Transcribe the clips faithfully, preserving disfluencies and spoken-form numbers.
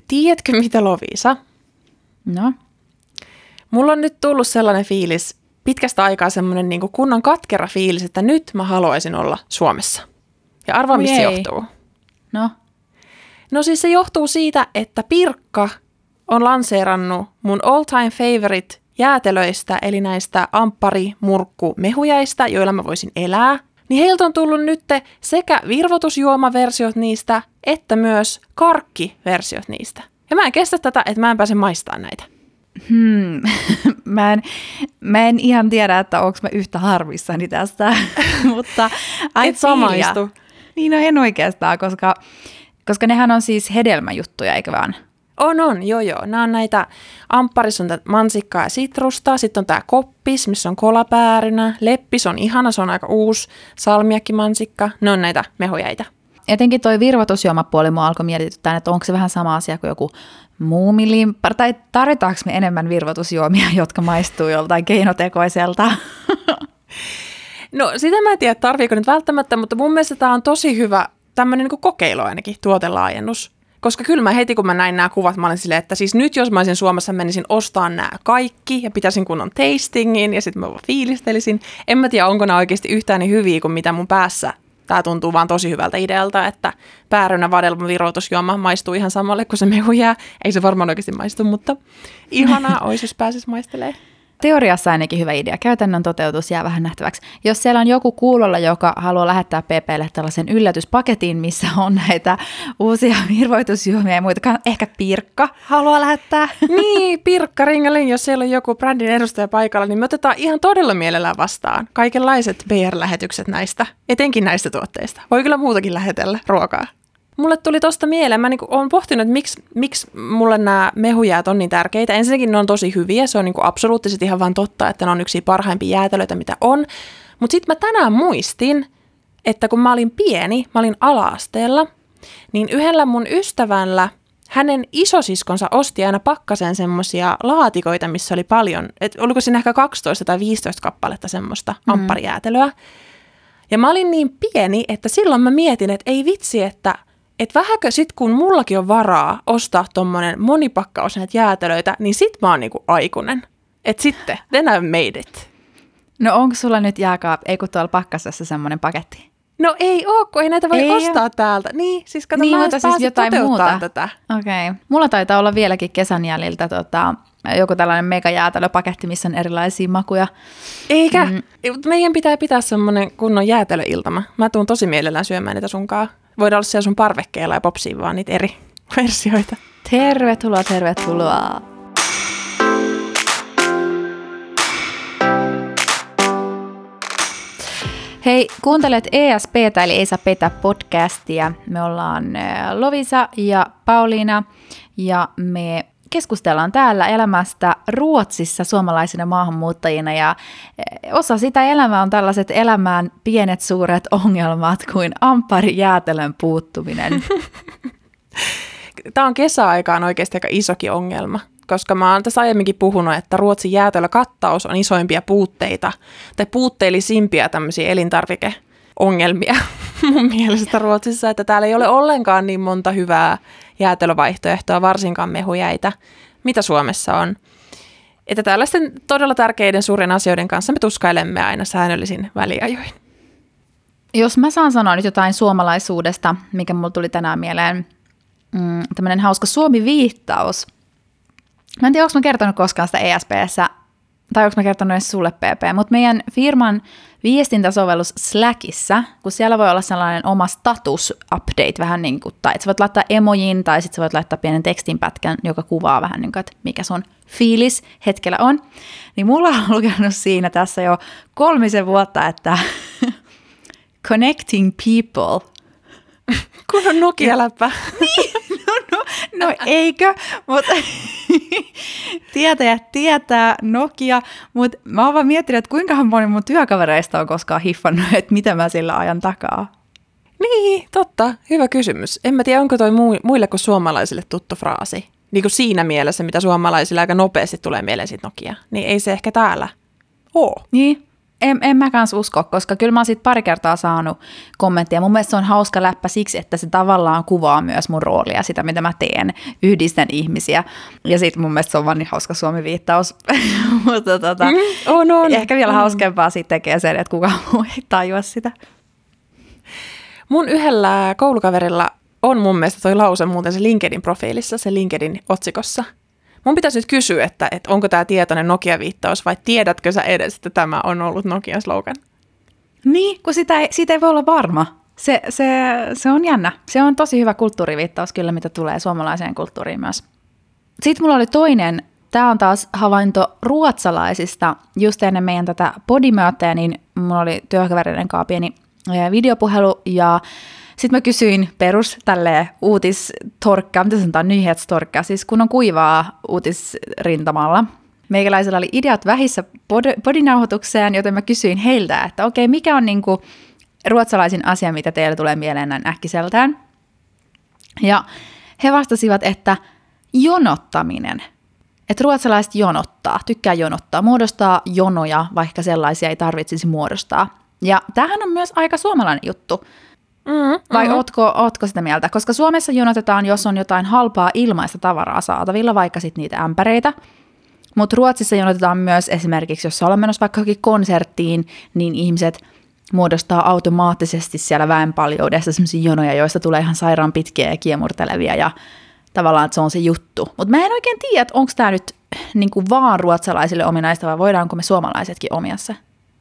Tiedätkö mitä, Loviisa? No? Mulla on nyt tullut sellainen fiilis, pitkästä aikaa semmoinen niin kuin kunnon katkera fiilis, että nyt mä haluaisin olla Suomessa. Ja arvaa, mistä se johtuu. No? No siis se johtuu siitä, että Pirkka on lanseerannut mun all time favorite jäätelöistä, eli näistä amppari-murkku-mehujäistä, joilla mä voisin elää. Niin heiltä on tullut nyt sekä virvoitusjuomaversiot niistä, että myös karkkiversiot niistä. Ja mä en kestä tätä, että mä en pääse maistamaan näitä. Hmm. mä, en, mä en ihan tiedä, että onko mä yhtä harmissani tästä, mutta et samaistu. Niin, no en oikeastaan, koska, koska nehän on siis hedelmäjuttuja, eikö vaan? On, on, joo, joo. Nämä on näitä, ampparis on tätä mansikkaa ja sitrusta, sitten on tämä koppis, missä on kolapäärynä, leppis on ihana, se on aika uusi, salmiakkimansikka, ne on näitä mehujäitä. Etenkin toi virvoitusjuomapuoli mua alkoi mietityttää, että onko se vähän sama asia kuin joku muumilimppari, tai tarvitaanko me enemmän virvoitusjuomia, jotka maistuu joltain keinotekoiselta? No sitä mä en tiedä, tarviiko nyt välttämättä, mutta mun mielestä tämä on tosi hyvä tämmöinen niin kuin kokeilu ainakin, tuotelaajennus. Koska kyllä mä heti, kun mä näin nämä kuvat, mä olin silleen, että siis nyt jos mä olisin Suomessa, menisin ostamaan nämä kaikki ja pitäisin kunnon tastingin ja sitten mä vaan fiilistelisin. En mä tiedä, onko nämä oikeasti yhtään niin hyviä kuin mitä mun päässä. Tämä tuntuu vaan tosi hyvältä idealta, että päärynä vadelma virvoitusjuoma maistuu ihan samalle kuin se mehujää. Ei se varmaan oikeasti maistu, mutta ihanaa olisi, jos pääsisi maistelemaan. Teoriassa ainakin hyvä idea. Käytännön toteutus jää vähän nähtäväksi. Jos siellä on joku kuulolla, joka haluaa lähettää P P:lle tällaisen yllätyspaketin, missä on näitä uusia virvoitusjuomia ja muita, ehkä Pirkka haluaa lähettää. Niin, Pirkka Ringalin, jos siellä on joku brändin edustaja paikalla, niin me otetaan ihan todella mielellään vastaan kaikenlaiset P R-lähetykset näistä, etenkin näistä tuotteista. Voi kyllä muutakin lähetellä ruokaa. Mulle tuli tosta mieleen, mä niinku oon pohtinut, että miksi, miksi mulle nämä mehujäät on niin tärkeitä. Ensinnäkin ne on tosi hyviä, se on niinku absoluuttisesti ihan vaan totta, että ne on yksi parhaimpia jäätelöitä, mitä on. Mutta sitten mä tänään muistin, että kun mä olin pieni, mä olin ala-asteella, niin yhdellä mun ystävällä, hänen isosiskonsa osti aina Pakkaseen semmoisia laatikoita, missä oli paljon, että oliko siinä ehkä kaksitoista tai viisitoista kappaletta semmoista mm. ampparijäätelöä. Ja mä olin niin pieni, että silloin mä mietin, että ei vitsi, että että vähäkö sit kun mullakin on varaa ostaa tommonen monipakkaus näitä jäätelöitä, niin sit mä oon niinku aikuinen. Että sitten, then I've made it. No onko sulla nyt jääkaap, ei kun tuolla Pakkasessa semmoinen paketti? No ei oo, kun ei näitä voi ei ostaa ole. täältä. Niin, siis kato, niin, mä en siis pääse jotain muuta. tätä. Okei. Okay. Mulla taitaa olla vieläkin kesän jäljiltä tota, joku tällainen megajäätelöpaketti, missä on erilaisia makuja. Eikä. Mm. Meidän pitää pitää semmoinen kunnon jäätelöiltama. Mä tuun tosi mielellään syömään niitä sunkaan. Voidaan olla siellä sun parvekkeella ja popsia vaan niitä eri versioita. Tervetuloa, tervetuloa. Hei, kuuntelet E S P:tä eli Ei saa pettää podcastia. Me ollaan Loviisa ja Pauliina ja me keskustellaan täällä elämästä Ruotsissa suomalaisina maahanmuuttajina ja osa sitä elämää on tällaiset elämään pienet suuret ongelmat kuin ampparijäätelön puuttuminen. Tämä on kesäaikaan oikeasti aika isokin ongelma, koska mä oon tässä aiemminkin puhunut, että Ruotsin jäätelökattaus on isoimpia puutteita tai puutteellisimpia tämmöisiä elintarvikeongelmia mun mielestä Ruotsissa, että täällä ei ole ollenkaan niin monta hyvää jäätelövaihtoehtoa, varsinkaan mehujäitä, mitä Suomessa on. Että tällaisten todella tärkeiden suurien asioiden kanssa me tuskailemme aina säännöllisin väliajoin. Jos mä saan sanoa nyt jotain suomalaisuudesta, mikä mulle tuli tänään mieleen, mm, tämmöinen hauska Suomi-viittaus. Mä en tiedä, onko mä kertonut koskaan sitä E S P:ssä, tai onko mä kertonut edes sulle P P, mutta meidän firman viestintäsovellus Slackissa, kun siellä voi olla sellainen oma status-update vähän niin kuin, tai että sä voit laittaa emojin, tai sitten sä voit laittaa pienen tekstinpätkän, joka kuvaa vähän niin kuin, että mikä sun fiilis hetkellä on, niin mulla on lukenut siinä tässä jo kolmisen vuotta, että connecting people. Kun on Nokia-läppä. Niin, no, no, no eikö, mutta tietäjät tietää Nokia, mutta mä oon vaan miettinyt, että kuinka moni mun työkavereista on koskaan hiffannut, että mitä mä sillä ajan takaa. Niin, totta. Hyvä kysymys. En mä tiedä, onko toi muille kuin suomalaisille tuttu fraasi. Niin kuin siinä mielessä, mitä suomalaisille aika nopeasti tulee mieleen siitä Nokia. Niin ei se ehkä täällä oo. Niin, En, en mä kans usko, koska kyllä mä oon siitä pari kertaa saanut kommentteja. Mun mielestä se on hauska läppä siksi, että se tavallaan kuvaa myös mun roolia, sitä mitä mä teen, yhdistän ihmisiä. Ja sitten mun mielestä se on vaan niin hauska Suomi-viittaus. Mutta tota, mm, oh no, ehkä vielä mm. hauskempaa siitä tekee sen, että kukaan muu ei tajua sitä. Mun yhdellä koulukaverilla on mun mielestä toi lause muuten se LinkedIn-profiilissa, se LinkedIn-otsikossa. Mun pitäisi nyt kysyä, että, että onko tämä tietoinen Nokia-viittaus vai tiedätkö sä edes, että tämä on ollut Nokian slogan? Niin, kun sitä ei, siitä ei voi olla varma. Se, se, se on jännä. Se on tosi hyvä kulttuuriviittaus kyllä, mitä tulee suomalaiseen kulttuuriin myös. Sitten mulla oli toinen, tämä on taas havainto ruotsalaisista. Just ennen meidän tätä podimöötteä, niin mulla oli työkaverinen kanssa pieni videopuhelu ja sitten mä kysyin perus tälleen uutistorkkaa, mitä sanotaan, nyhetstorkkaa, siis kun on kuivaa uutisrintamalla. Meikäläisellä oli ideat vähissä pod- podinauhoitukseen, joten mä kysyin heiltä, että okei, mikä on niinku ruotsalaisin asia, mitä teille tulee mieleen näin äkkiseltään. Ja he vastasivat, että jonottaminen. Että ruotsalaiset jonottaa, tykkää jonottaa, muodostaa jonoja, vaikka sellaisia ei tarvitsisi muodostaa. Ja tämähän on myös aika suomalainen juttu. Mm-hmm. Vai mm-hmm. Ootko, ootko sitä mieltä? Koska Suomessa jonotetaan, jos on jotain halpaa ilmaista tavaraa saatavilla, vaikka sitten niitä ämpäreitä. Mutta Ruotsissa jonotetaan myös esimerkiksi, jos ollaan menossa vaikka johonkin konserttiin, niin ihmiset muodostaa automaattisesti siellä väenpaljoudessa sellaisia jonoja, joista tulee ihan sairaan pitkiä ja kiemurtelevia ja tavallaan, että se on se juttu. Mutta mä en oikein tiedä, että onko tämä nyt niinku vaan ruotsalaisille ominaista vai voidaanko me suomalaisetkin omia se?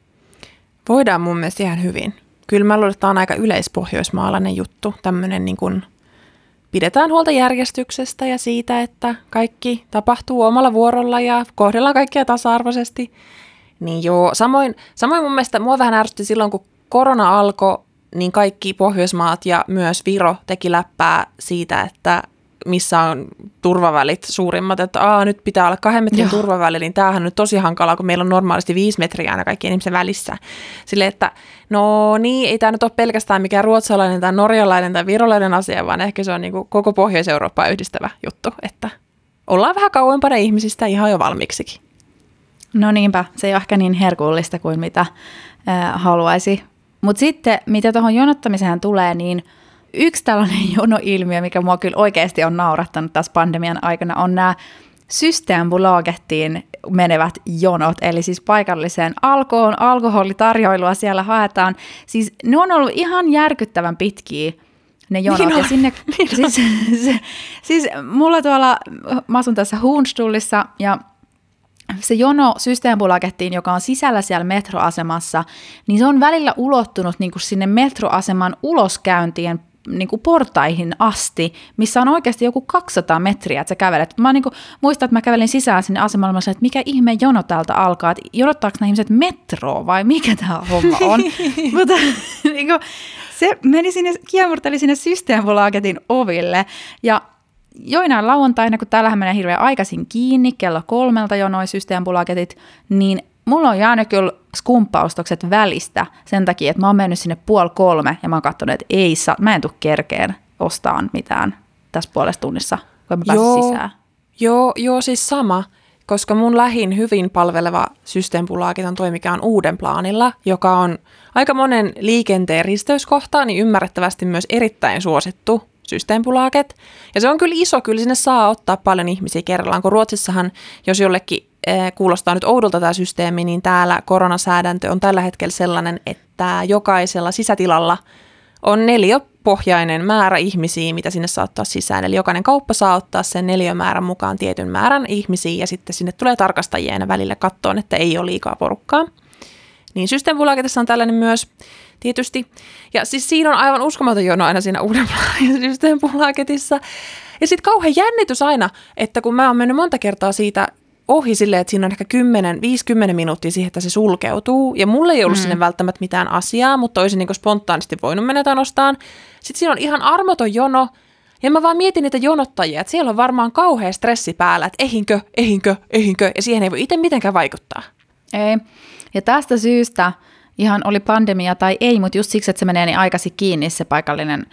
Voidaan mun mielestä ihan hyvin. Kyllä mä luulen, että tämä on aika yleispohjoismaalainen juttu, tämmöinen niin kuin pidetään huolta järjestyksestä ja siitä, että kaikki tapahtuu omalla vuorolla ja kohdellaan kaikkia tasa-arvoisesti. Niin joo, samoin, samoin mun mielestä mua vähän ärsytti silloin, kun korona alkoi, niin kaikki Pohjoismaat ja myös Viro teki läppää siitä, että missä on turvavälit suurimmat, että Aa, nyt pitää olla kahden metrin Joo. turvaväli, niin tämähän on nyt tosi hankalaa, kun meillä on normaalisti viisi metriä aina kaikkien ihmisen välissä. Silleen, että no niin, ei tämä nyt ole pelkästään mikään ruotsalainen tai norjalainen tai virolainen asia, vaan ehkä se on niin kuin koko Pohjois-Eurooppaa yhdistävä juttu, että ollaan vähän kauempana ihmisistä ihan jo valmiiksikin. No niinpä, se ei ole ehkä niin herkullista kuin mitä äh, haluaisi. Mutta sitten, mitä tuohon jonottamiseen tulee, niin yksi tällainen jonoilmiö, mikä mua kyllä oikeasti on naurattanut tässä pandemian aikana, on nämä Systembolagettiin menevät jonot, eli siis paikalliseen alkoon, alkoholitarjoilua siellä haetaan. Siis ne on ollut ihan järkyttävän pitkiä ne jonot. Niin ja sinne, niin siis, se, siis mulla tuolla, mä asun tässä Hornstullissa ja se jono Systembolagettiin, joka on sisällä siellä metroasemassa, niin se on välillä ulottunut niin kuin sinne metroaseman uloskäyntien niin kuin portaihin asti, missä on oikeasti joku kaksisataa metriä, että sä kävelet. Mä niin kuin muistan, että mä kävelin sisään sinne asemalle, mä sanoin, että mikä ihme jono täältä alkaa, että jonottaako nämä ihmiset metroa vai mikä tämä homma on. Mutta niin kuin, se meni sinne, kiemurteli sinne Systembolagetin oville ja joinain lauantaina, kun täällähän menee hirveän aikaisin kiinni, kello kolmelta jo noi Systembolagetit, niin mulla on jäänyt kyllä skumppaustokset välistä sen takia, että mä oon mennyt sinne puoli kolme ja mä oon katsonut, että ei saa, mä en tule kerkeen ostaan mitään tässä puolessa tunnissa, kun mä pääsen joo, sisään. Joo, joo, siis sama, koska mun lähin hyvin palveleva Systembolaget toi, mikä on uuden plaanilla, joka on aika monen liikenteen risteyskohta, niin ymmärrettävästi myös erittäin suosittu Systembolaget. Ja se on kyllä iso, kyllä sinne saa ottaa paljon ihmisiä kerrallaan, kun Ruotsissahan, jos jollekin eh, kuulostaa nyt oudolta tämä systeemi, niin täällä koronasäädäntö on tällä hetkellä sellainen, että jokaisella sisätilalla on neliöpohjainen määrä ihmisiä, mitä sinne saa ottaa sisään. Eli jokainen kauppa saa ottaa sen neliömäärän mukaan tietyn määrän ihmisiä, ja sitten sinne tulee tarkastajia aina välillä kattoon, että ei ole liikaa porukkaa. Niin Systembolagetissa on tällainen myös tietysti. Ja siis siinä on aivan uskomaton jono aina siinä uuden Systembolagetissa. Ja sitten kauhean jännitys aina, että kun mä oon mennyt monta kertaa siitä ohi silleen, että siinä on ehkä kymmenen viisikymmentä minuuttia siihen, että se sulkeutuu. Ja mulla ei ollut mm. sinne välttämättä mitään asiaa, mutta olisin niin spontaanisti voinut mennä jotain ostaan. Sitten siinä on ihan armoton jono. Ja mä vaan mietin niitä jonottajia, että siellä on varmaan kauhea stressi päällä, että ehinkö, ehinkö, ehinkö. Ja siihen ei voi itse mitenkään vaikuttaa. Ei. Ja tästä syystä ihan oli pandemia tai ei, mutta just siksi, että se menee niin aikaisin kiinni se paikallinen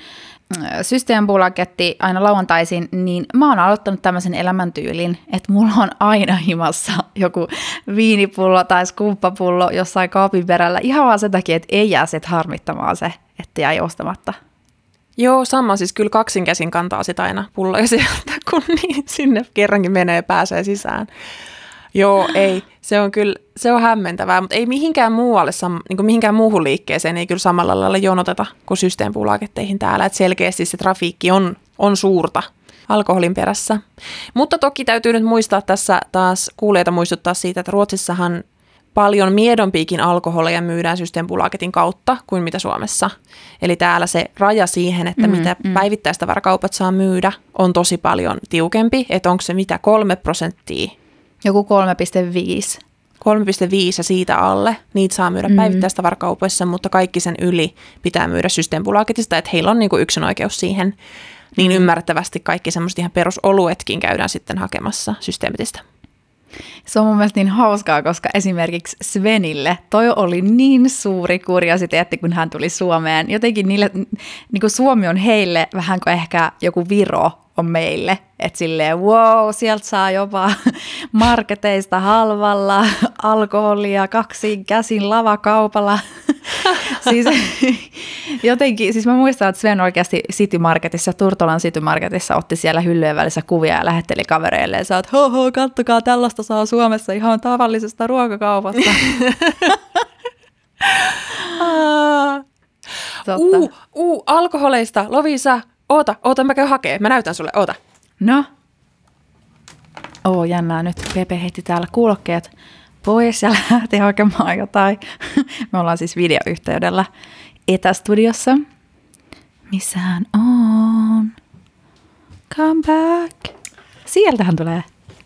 systeempuulaketti aina lauantaisin, niin mä oon aloittanut tämmöisen elämäntyylin, että mulla on aina himassa joku viinipullo tai skumppapullo jossain kaapin perällä, ihan vaan sen takia, että ei jää sit harmittamaan se, että jäi ostamatta. Joo, sama. Siis kyllä kaksin käsin kantaa sitä aina pulloja sieltä, kun niin sinne kerrankin menee ja pääsee sisään. Joo, ei. Se on kyllä, se on hämmentävää, mutta ei mihinkään muualle, niin kuin mihinkään muuhun liikkeeseen ei kyllä samalla lailla jonoteta kuin systeempuulaketteihin täällä. Että selkeästi se trafiikki on, on suurta alkoholin perässä. Mutta toki täytyy nyt muistaa tässä taas kuulijoita muistuttaa siitä, että Ruotsissahan paljon miedompiikin alkoholeja myydään systeempuulaketin kautta kuin mitä Suomessa. Eli täällä se raja siihen, että mm, mitä mm. päivittäistavarakaupat saa myydä, on tosi paljon tiukempi. Että onko se mitä kolme prosenttia? Joku kolme pilkku viisi. kolme pilkku viisi ja siitä alle. Niitä saa myydä mm. päivittäistavarakaupoissa, mutta kaikki sen yli pitää myydä systeempuulaketista, että heillä on niinku yksinoikeus siihen. Niin mm. ymmärrettävästi kaikki semmoiset ihan perusoluetkin käydään sitten hakemassa systeemitistä. Se on mun mielestä niin hauskaa, koska esimerkiksi Svenille toi oli niin suuri kuriositeetti, kun hän tuli Suomeen. Jotenkin niille, niin kuin Suomi on heille vähän kuin ehkä joku Viro on meille. Että silleen, wow, sieltä saa jopa marketeista halvalla alkoholia kaksin käsin lavakaupalla. Siis jotenkin, siis mä muistan, että Sven oikeasti City Marketissa, Turtolan City Marketissa otti siellä hyllyjen välissä kuvia ja lähetteli kavereille ja sä oot, hoho, kattokaa, tällaista saa Suomessa ihan tavallisesta ruokakaupasta. Uu, uu, alkoholeista, Lovisa, oota, oota, mä käyn hakee, mä näytän sulle, oota. No? Oo, jännää nyt, Pepe heitti täällä kuulokkeet pois ja lähti hakemaan jotain. Me ollaan siis videoyhteydellä etästudiossa. Missä hän on? Come back. Sieltähän tulee.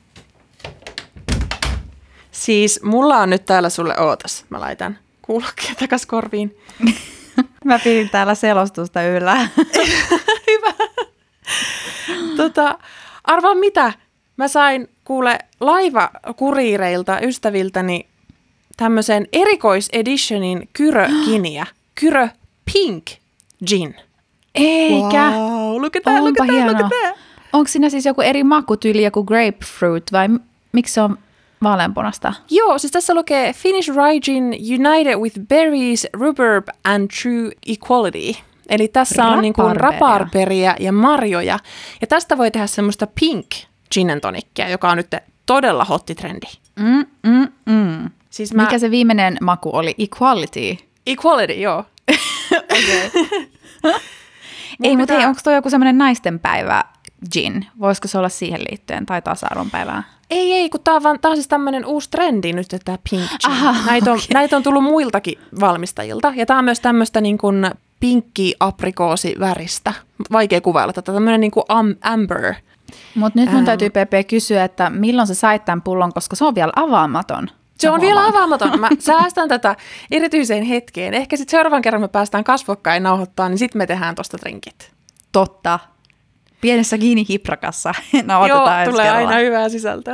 Siis mulla on nyt täällä sulle, ootas, mä laitan kuulokkeet takas korviin. Mä pidin täällä selostusta yllä. Hyvä. Tota, arvaa mitä? Mä sain kuule laivakuriireilta ystäviltäni tämmöisen erikoiseditionin Kyrö-kiniä. Kyrö Pink Gin. Eikä. Wow, look at that, look at that, look at that. Onko siinä siis joku eri makutyyli, joku grapefruit vai m- miksi se on vaaleanpunasta? Joo, siis tässä lukee Finnish Rye Gin United with Berries, Rhubarb and True Equality. Eli tässä on niin kuin raparperia ja marjoja. Ja tästä voi tehdä semmoista pink gin and tonickia, joka on nyt todella hotti trendi. Mm, mm, mm. Siis mä... Mikä se viimeinen maku oli? Equality? Equality, joo. Okei. Ei, mutta hei, onko toi joku semmoinen naistenpäivä gin? Voisiko se olla siihen liittyen tai tasa-arvon päivää? Ei, ei, kun tää on, vaan, tää on siis tämmöinen uusi trendi nyt, että tää pink gin. Aha, näitä, on, okay. näitä on tullut muiltakin valmistajilta. Ja tää on myös tämmöistä niin kuin pinkki-aprikoosiväristä. Vaikea kuvailla tätä, tämmöinen niin kuin amber. Mutta nyt mun Ähm. täytyy Pepe kysyä, että milloin sä sait tämän pullon, koska se on vielä avaamaton. Se on vielä avaamaton. Mä säästän tätä erityiseen hetkeen. Ehkä sitten seuraavan kerran me päästään kasvokkain nauhoittaa, niin sitten me tehdään tosta drinkit. Totta. Pienessä kiinihiprakassa nauhoitetaan Joo, ensi tulee kerralla. aina hyvää sisältöä.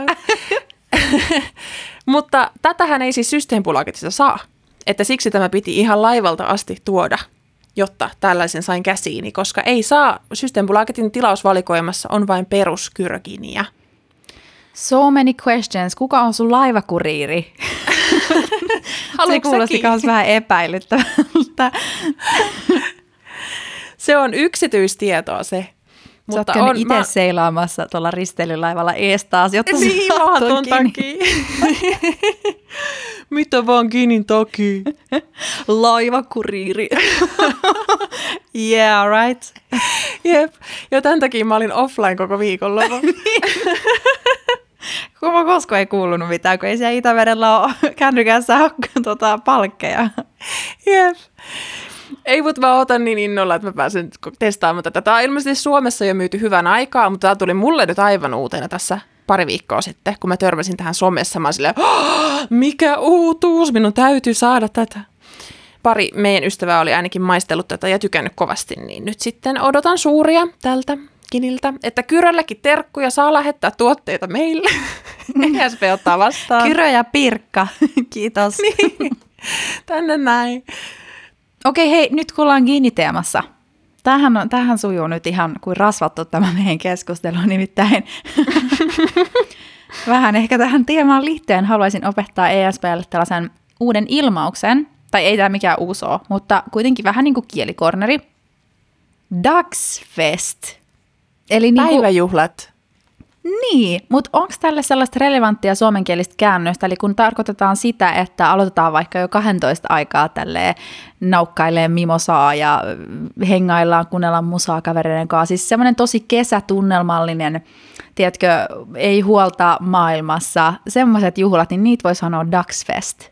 Mutta tätähän ei siis systeempuulaketista saa. Että siksi tämä piti ihan laivalta asti tuoda, jotta tällaisen sain käsiini, koska ei saa, systeempuulaketin tilausvalikoimassa on vain peruskyrkinia. So many questions. Kuka on sun laivakuriiri? Se kuulosti myös vähän epäilyttävältä. Se on yksityistietoa se. Sä oot käynyt itse mä... seilaamassa tuolla risteilylaivalla ees taas, jotta niin, sä vaan ton takia. Mitä vaan Ginin takia? Laivakuriiri. Yeah, right. Jep. Ja tämän takia mä olin offline koko viikonlopun. Kun mä koskaan ei kuulunut mitään, kun ei siellä Itämerellä ole kännykässä tota, palkkeja. Jep. Ei, mutta mä otan niin innolla, että mä pääsen testaamaan tätä. Tämä on ilmeisesti Suomessa jo myyty hyvän aikaa, mutta tämä tuli mulle nyt aivan uutena tässä pari viikkoa sitten, kun mä törmäsin tähän somessa. Mä silleen, mikä uutuus, minun täytyy saada tätä. Pari meidän ystävää oli ainakin maistellut tätä ja tykännyt kovasti, niin nyt sitten odotan suuria tältä Giniltä, että Kyrölläkin terkkuja saa lähettää tuotteita meille. E S P ottaa vastaan. Kyrö ja Pirkka, kiitos. Niin, tänne näin. Okei, hei, nyt kun ollaan Gini-teemassa. Tämähän, on, tämähän sujuu nyt ihan kuin rasvattu tämä meidän keskustelu, nimittäin vähän ehkä tähän teemaan liittyen haluaisin opettaa E S P:lle tällaisen uuden ilmauksen, tai ei tämä mikään uusi ole, mutta kuitenkin vähän niin kuin kielikorneri. Dagsfest. Eli niin kuin, päiväjuhlat. Niin, mutta onko tälle sellaista relevanttia suomenkielistä käännöstä, eli kun tarkoitetaan sitä, että aloitetaan vaikka jo kahdentoista aikaa tälleen naukkailee mimosaa ja hengaillaan, kuunnellaan musaa kavereiden kanssa, siis semmoinen tosi kesätunnelmallinen, tiedätkö, ei huolta maailmassa, semmoiset juhlat, niin niitä voi sanoa Dagsfest.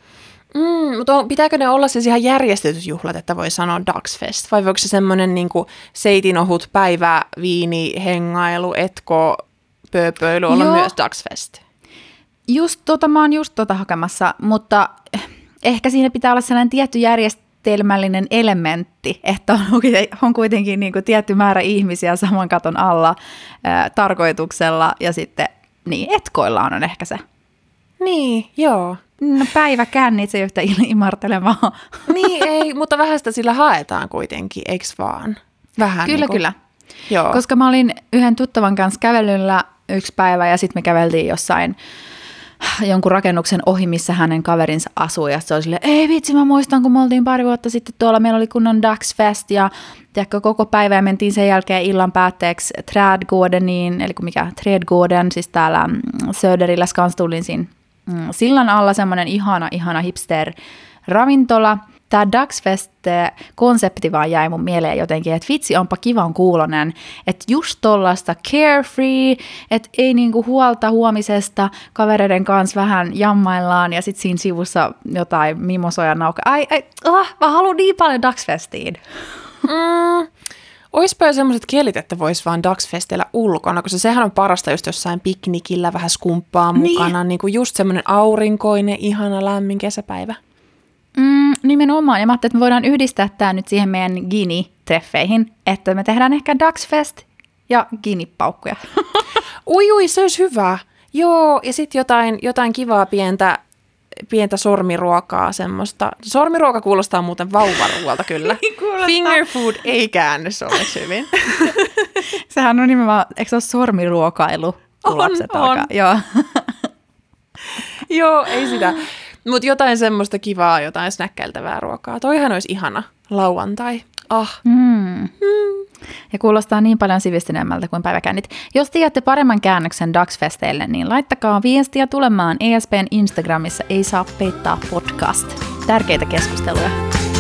Mm, mutta on, pitääkö ne olla siis ihan järjestetyt juhlat, että voi sanoa Dagsfest? Vai voiko se semmoinen niin kuin seitinohut päivä, viini, hengailu, etko, pööpöily olla Joo. myös Dagsfest? Just tota, mä oon just tota hakemassa, mutta ehkä siinä pitää olla sellainen tietty järjestelmällinen elementti, että on, on kuitenkin niin kuin tietty määrä ihmisiä saman katon alla ää, tarkoituksella ja sitten niin, etkoillaan on ehkä se. Niin, joo. No päiväkännit, se ei yhtä imartelevaa. Niin ei, mutta vähän sitä sillä haetaan kuitenkin, eiks vaan? Vähän Kyllä, niin kuin. kyllä. Joo. Koska mä olin yhden tuttavan kanssa kävelyllä yksi päivä ja sitten me käveltiin jossain jonkun rakennuksen ohi, missä hänen kaverinsa asui. Ja se oli silleen, ei vitsi, mä muistan, kun me oltiin pari vuotta sitten tuolla, meillä oli kunnon Dagsfest ja tiedätkö, koko päivä ja mentiin sen jälkeen illan päätteeksi Trädgårdeniin, eli mikä Trädgården, siis täällä Söderillä Skanstullin siinä sillan alla semmoinen ihana, ihana hipster-ravintola. Tämä Dagsfest-konsepti vaan jäi mun mieleen jotenkin, että vitsi onpa kivan kuulonen, että just tollaista carefree, että ei niinku huolta huomisesta, kavereiden kanssa vähän jammaillaan ja sitten siinä sivussa jotain mimosoja nauka. Ai, ai, oh, mä haluan niin paljon Dagsfestiin. Mm. Oispa jo semmoiset kielit, että vois vaan Dagsfestillä ulkona, koska sehän on parasta just jossain piknikillä, vähän skumppaa mukana, niin, niin kuin just semmoinen aurinkoinen, ihana, lämmin kesäpäivä. Mm, nimenomaan, ja mä ajattelin, että me voidaan yhdistää tämä nyt siihen meidän Gini-treffeihin, että me tehdään ehkä Dagsfest ja Gini-paukkuja. Ui, ui, se olisi hyvä. Joo, ja sitten jotain, jotain kivaa pientä, pientä sormiruokaa semmoista. Sormiruoka kuulostaa muuten vauvaruolta kyllä. Finger food ei käänny suomeksi hyvin. Sehän on nimenomaan, eikö se ole sormiruokailu, kun on, lapset on. alkaa? Joo. Joo, ei sitä. Mutta jotain semmoista kivaa, jotain snäkkäiltävää ruokaa. Toihan olisi ihana lauantai. Ah. Mm. Mm. Ja kuulostaa niin paljon sivistyneemmältä kuin päiväkännit. Jos tiedätte paremman käännöksen Dagsfesteille, niin laittakaa viestiä tulemaan E S P:n Instagramissa Ei saa peittaa podcast. Tärkeitä keskusteluja.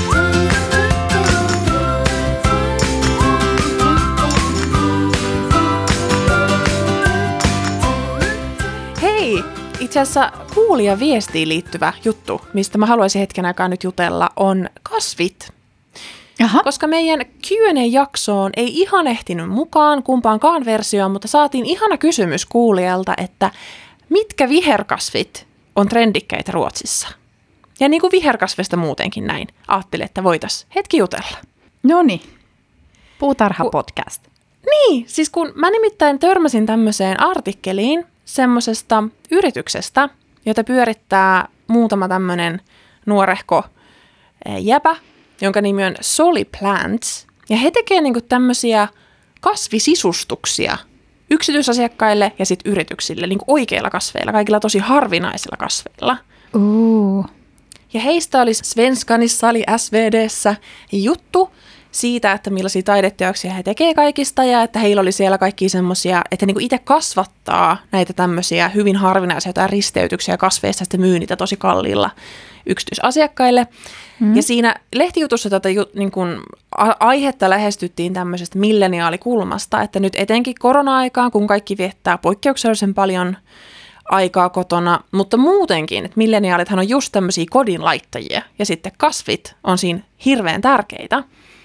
Hei! Itse asiassa kuulija viestiin liittyvä juttu, mistä mä haluaisin hetken aikaa nyt jutella, on kasvit. Aha. Koska meidän Q and A-jaksoon ei ihan ehtinyt mukaan kumpaankaan versioon, mutta saatiin ihana kysymys kuulijalta, että mitkä viherkasvit on trendikkäitä Ruotsissa? Ja niin kuin viherkasvista muutenkin näin, ajattelin, että voitaisiin hetki jutella. Noniin, Puutarha-podcast. Niin, siis kun mä nimittäin törmäsin tämmöiseen artikkeliin semmoisesta yrityksestä, jota pyörittää muutama tämmöinen nuorehko jäpä, jonka nimi on Solly Plants. Ja he tekee niinku tämmöisiä kasvisisustuksia yksityisasiakkaille ja sitten yrityksille niinku oikeilla kasveilla, kaikilla tosi harvinaisilla kasveilla. Uh. Ja heistä oli Svenskanissa, oli S V D:ssä juttu siitä, että millaisia taideteoksia he tekee kaikista ja että heillä oli siellä kaikkia semmoisia, että niinku itse kasvattaa näitä tämmöisiä hyvin harvinaisia jotain risteytyksiä kasveista ja sitten myy niitä tosi kalliilla yksityisasiakkaille. Mm. Ja siinä lehtijutussa tätä niin kun, a- aihetta lähestyttiin tämmöisestä milleniaalikulmasta, että nyt etenkin korona-aikaan, kun kaikki viettää poikkeuksellisen paljon aikaa kotona, mutta muutenkin, että milleniaalithan on just tämmöisiä kodinlaittajia ja sitten kasvit on siinä hirveän tärkeitä.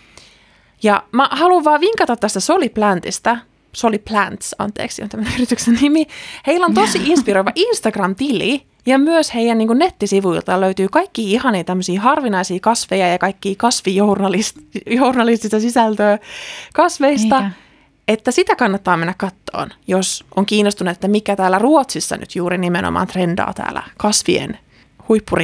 Ja mä haluan vaan vinkata tästä Solly Plantista, Solly Plants, anteeksi, on tämmöinen yrityksen nimi. Heillä on tosi inspiroiva Instagram-tili ja myös heidän niin kuin nettisivuilta löytyy kaikki ihania tämmöisiä harvinaisia kasveja ja kaikki kasvijournalistista sisältöä kasveista. Eikä. Että sitä kannattaa mennä kattoon, jos on kiinnostunut, että mikä täällä Ruotsissa nyt juuri nimenomaan trendaa täällä kasvien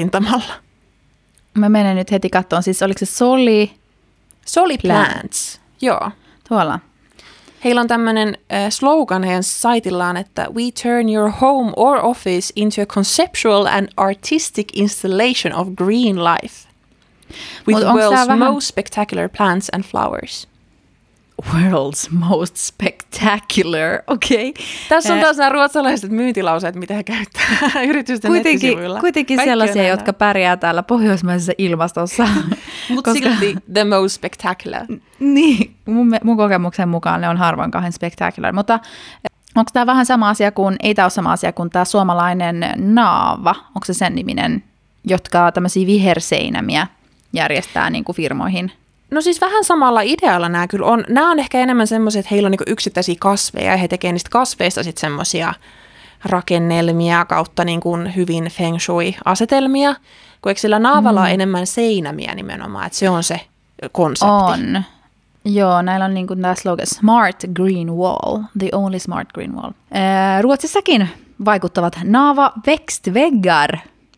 huippurintamalla. Mä menen nyt heti kattoon, siis oliko se Solly? Solly Plants, Joo. Tuolla. Heillä on tämmöinen äh, slogan heidän saitillaan, että we turn your home or office into a conceptual and artistic installation of green life with world's vähän... most spectacular plants and flowers. World's most spectacular, okei. Okay. Tässä on taas nämä ruotsalaiset myyntilauseet, mitä he käyttää yritysten kuitenkin, nettisivuilla. Kuitenkin kaikki sellaisia, jotka pärjää täällä pohjoismaisessa ilmastossa. Mutta koska... silti the most spectacular. Niin, mun, mun kokemuksen mukaan ne on harvoin kahden spectacular. Mutta onko tämä vähän sama asia kuin, ei tämä ole sama asia kuin tämä suomalainen Naava, onko se sen niminen, jotka tämmöisiä viherseinämiä järjestää niin kuin firmoihin? No siis vähän samalla idealla nämä kyllä on. Nämä on ehkä enemmän semmoiset, että heillä on niinku yksittäisiä kasveja ja he tekevät niistä kasveista sitten semmoisia rakennelmia kautta niinku hyvin feng shui-asetelmia. Kun eikö sillä Naavalla mm. on enemmän seinämiä nimenomaan, että se on se konsepti. On. Joo, näillä on niin kuin tämä slogan Smart Green Wall, the only smart green wall. Ee, Ruotsissakin vaikuttavat Naava växtväggar.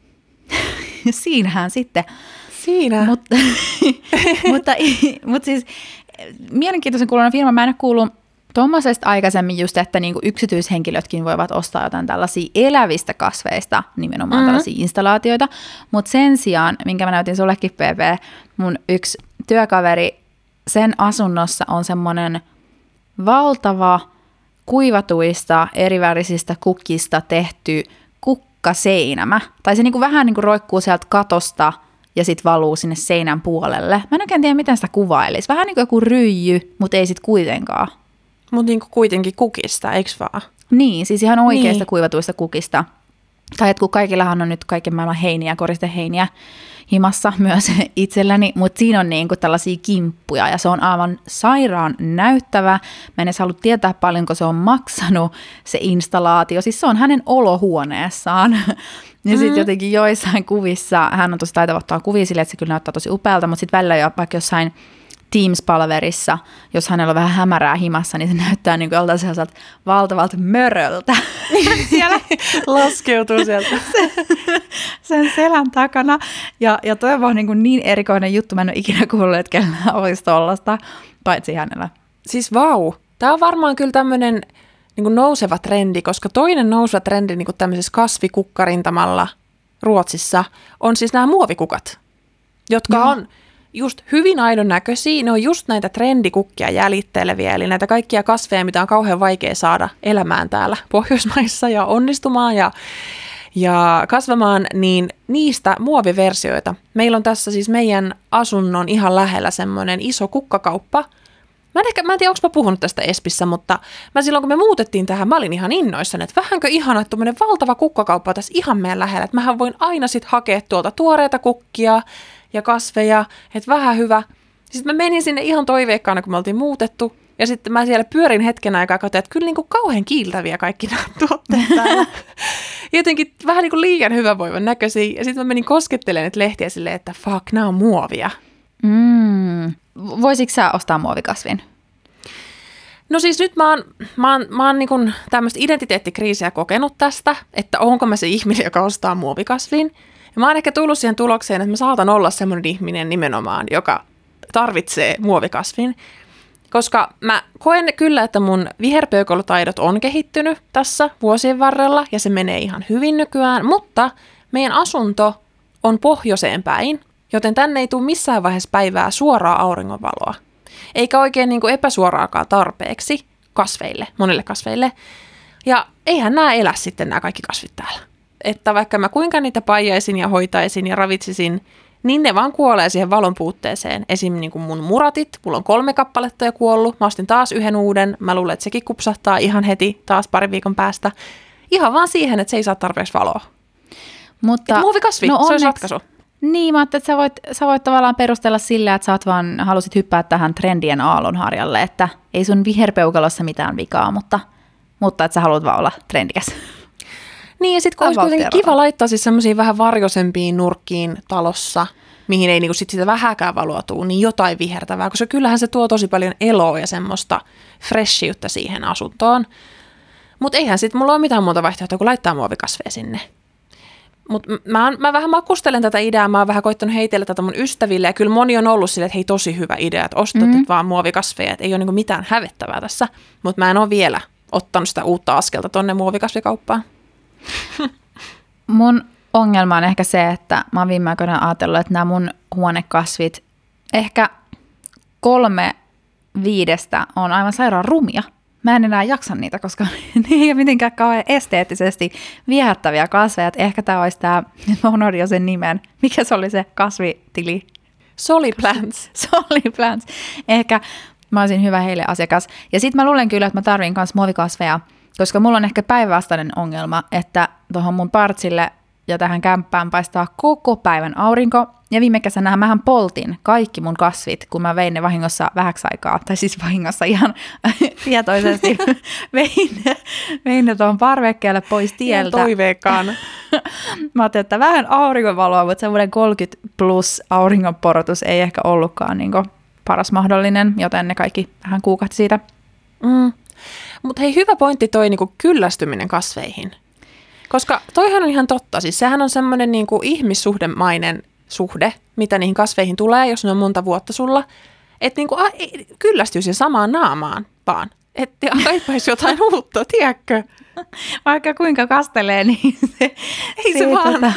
Siinähän sitten. Siinä. Mutta, mutta, mutta siis mielenkiintoisen kuuloinen firma. Mä en ole kuullut tuommoisesta aikaisemmin just, että niinku yksityishenkilötkin voivat ostaa jotain tällaisia elävistä kasveista, nimenomaan mm-hmm. tällaisia installaatioita. Mutta sen sijaan, minkä mä näytin sullekin, P P, mun yksi työkaveri, sen asunnossa on semmoinen valtava kuivatuista erivärisistä kukkista tehty kukkaseinämä. Tai se niinku vähän niinku roikkuu sieltä katosta ja sitten valuu sinne seinän puolelle. Mä en oikein tiedä, miten sitä kuvailisi. Vähän niin kuin joku ryijy, mutta ei sitten kuitenkaan. Mutta niin kuitenkin kukista, eikö vaan? Niin, siis ihan oikeasta niin. kuivatuista kukista. Tai että kun kaikillahan on nyt kaiken maailman heiniä, koristeheiniä himassa myös itselläni, mutta siinä on niin kuin tällaisia kimppuja ja se on aivan sairaan näyttävä. Mä en edes halua tietää paljonko se on maksanut, se installaatio. Siis se on hänen olohuoneessaan. Ja mm-hmm. sitten jotenkin joissain kuvissa, hän on tosi taitava ottaa kuvia sille, että se kyllä näyttää tosi upealta, mutta sitten välillä jo vaikka jossain Teams-palverissa, jos hänellä on vähän hämärää himassa, niin se näyttää niin kuin joltain sellaiselta valtavalta möröltä. Siellä laskeutuu sieltä. sen, sen selän takana. Ja, ja toi on vaan niin, kuin niin erikoinen juttu. Mä en ole ikinä kuullut, että kellään olisi tollasta, paitsi hänellä. Siis vau. Tämä on varmaan kyllä tämmöinen niin kuin nouseva trendi, koska toinen nouseva trendi niin kuin tämmöisessä kasvikukkarintamalla Ruotsissa on siis nämä muovikukat, jotka Joo. on just hyvin aidon näköisiä. Ne on just näitä trendikukkia jäljitteleviä, eli näitä kaikkia kasveja, mitä on kauhean vaikea saada elämään täällä Pohjoismaissa ja onnistumaan ja, ja kasvamaan, niin niistä muoviversioita. Meillä on tässä siis meidän asunnon ihan lähellä semmoinen iso kukkakauppa. Mä en, ehkä, mä en tiedä, onko mä puhunut tästä Espissä, mutta mä silloin, kun me muutettiin tähän, mä olin ihan innoissani, että vähänkö ihana, että tuommoinen valtava kukkakauppa tässä ihan meidän lähellä, että mähän voin aina sitten hakea tuolta tuoreita kukkia ja kasveja, että vähän hyvä. Sitten mä menin sinne ihan toiveikkaana, kun me oltiin muutettu, ja sitten mä siellä pyörin hetken aikaa, katsoin, että kyllä niin kuin kauhean kiiltäviä kaikki nämä tuotteet täällä. Jotenkin vähän niin kuin liian hyvävoivan näköisiä, ja sitten mä menin koskettelemaan näitä lehtiä silleen, että fuck, nämä on muovia. Mm. Voisitko sä ostaa muovikasvin? No siis nyt mä oon, mä oon, mä oon niin kuin tämmöistä identiteettikriisiä kokenut tästä, että onko mä se ihminen, joka ostaa muovikasvin. Ja mä oon ehkä tullut siihen tulokseen, että mä saatan olla semmoinen ihminen nimenomaan, joka tarvitsee muovikasvin. Koska mä koen kyllä, että mun viherpeukalutaidot on kehittynyt tässä vuosien varrella ja se menee ihan hyvin nykyään. Mutta meidän asunto on pohjoiseen päin, joten tänne ei tule missään vaiheessa päivää suoraa auringonvaloa. Eikä oikein niin kuin epäsuoraakaan tarpeeksi kasveille, monille kasveille. Ja eihän nämä elä sitten nämä kaikki kasvit täällä. Että vaikka mä kuinka niitä paijaisin ja hoitaisin ja ravitsisin, niin ne vaan kuolee siihen valon puutteeseen. Esim. Niin kuin mun muratit, mulla on kolme kappaletta jo kuollut, mä ostin taas yhden uuden, mä luulen, että sekin kupsahtaa ihan heti taas parin viikon päästä. Ihan vaan siihen, että se ei saa tarpeeksi valoa. Mutta muovikasvi, no se olisi ratkaisu. Niin, mä ajattelin, että sä voit, sä voit tavallaan perustella sillä, että sä oot vaan halusit hyppää tähän trendien aallonharjalle, että ei sun viherpeukalossa mitään vikaa, mutta, mutta että sä haluat vaan olla trendikäs. Niin, ja sitten kun olisi kuitenkin kiva laittaa siis semmoisiin vähän varjoisempiin nurkkiin talossa, mihin ei niinku sit sitä vähäkään valoa tuu, niin jotain vihertävää, koska kyllähän se tuo tosi paljon eloa ja semmoista freshiyttä siihen asuntoon. Mutta eihän sitten mulla ole mitään muuta vaihtoehtoa, kuin laittaa muovikasveja sinne. Mutta mä, mä vähän makustelen tätä ideaa, mä oon vähän koittanut heitellä tätä mun ystäville, ja kyllä moni on ollut silleen, että hei, tosi hyvä idea, että ostat mm-hmm. vaan muovikasveja, että ei ole niinku mitään hävettävää tässä, mutta mä en ole vielä ottanut sitä uutta askelta tonne muovikasvikauppaan. Mun ongelma on ehkä se, että mä oon viime aikoina ajatellut, että nämä mun huonekasvit, ehkä kolme viidestä on aivan sairaan rumia. Mä en enää jaksa niitä, koska ne ei ole mitenkään kauhean esteettisesti viehättäviä kasveja. Et ehkä tämä olisi tämä, nyt mä unohdin jo sen nimen. Mikä se oli se kasvitili? Soliplants. Soliplants. Ehkä mä olisin hyvä heille asiakas. Ja sitten mä luulen kyllä, että mä tarvin myös muovikasveja, koska mulla on ehkä päinvastainen ongelma, että tuohon mun partsille ja tähän kämppään paistaa koko päivän aurinko. Ja viime kesänä mähän poltin kaikki mun kasvit, kun mä vein ne vahingossa vähäksi aikaa. Tai siis vahingossa ihan tietoisesti vein ne, vein ne tuohon parvekkeelle pois tieltä. Ihan toiveikkaan. Mä ajattelin, että vähän auringonvaloa, mutta semmoinen kolmekymmentä plus auringonporotus ei ehkä ollutkaan niin kuin paras mahdollinen, joten ne kaikki vähän kuukahti siitä. Mm. Mutta hei, hyvä pointti toi niin kuin kyllästyminen kasveihin. Koska toihan on ihan totta. Siis sehän on semmoinen niin kuin ihmissuhdemainen suhde, mitä niihin kasveihin tulee, jos ne on monta vuotta sulla. Että niin kuin, kyllästyy siihen samaan naamaan vaan. Että kaipaisi jotain uutta, tiedätkö? Vaikka kuinka kastelee, niin se ei, se, se, vaan. Tota,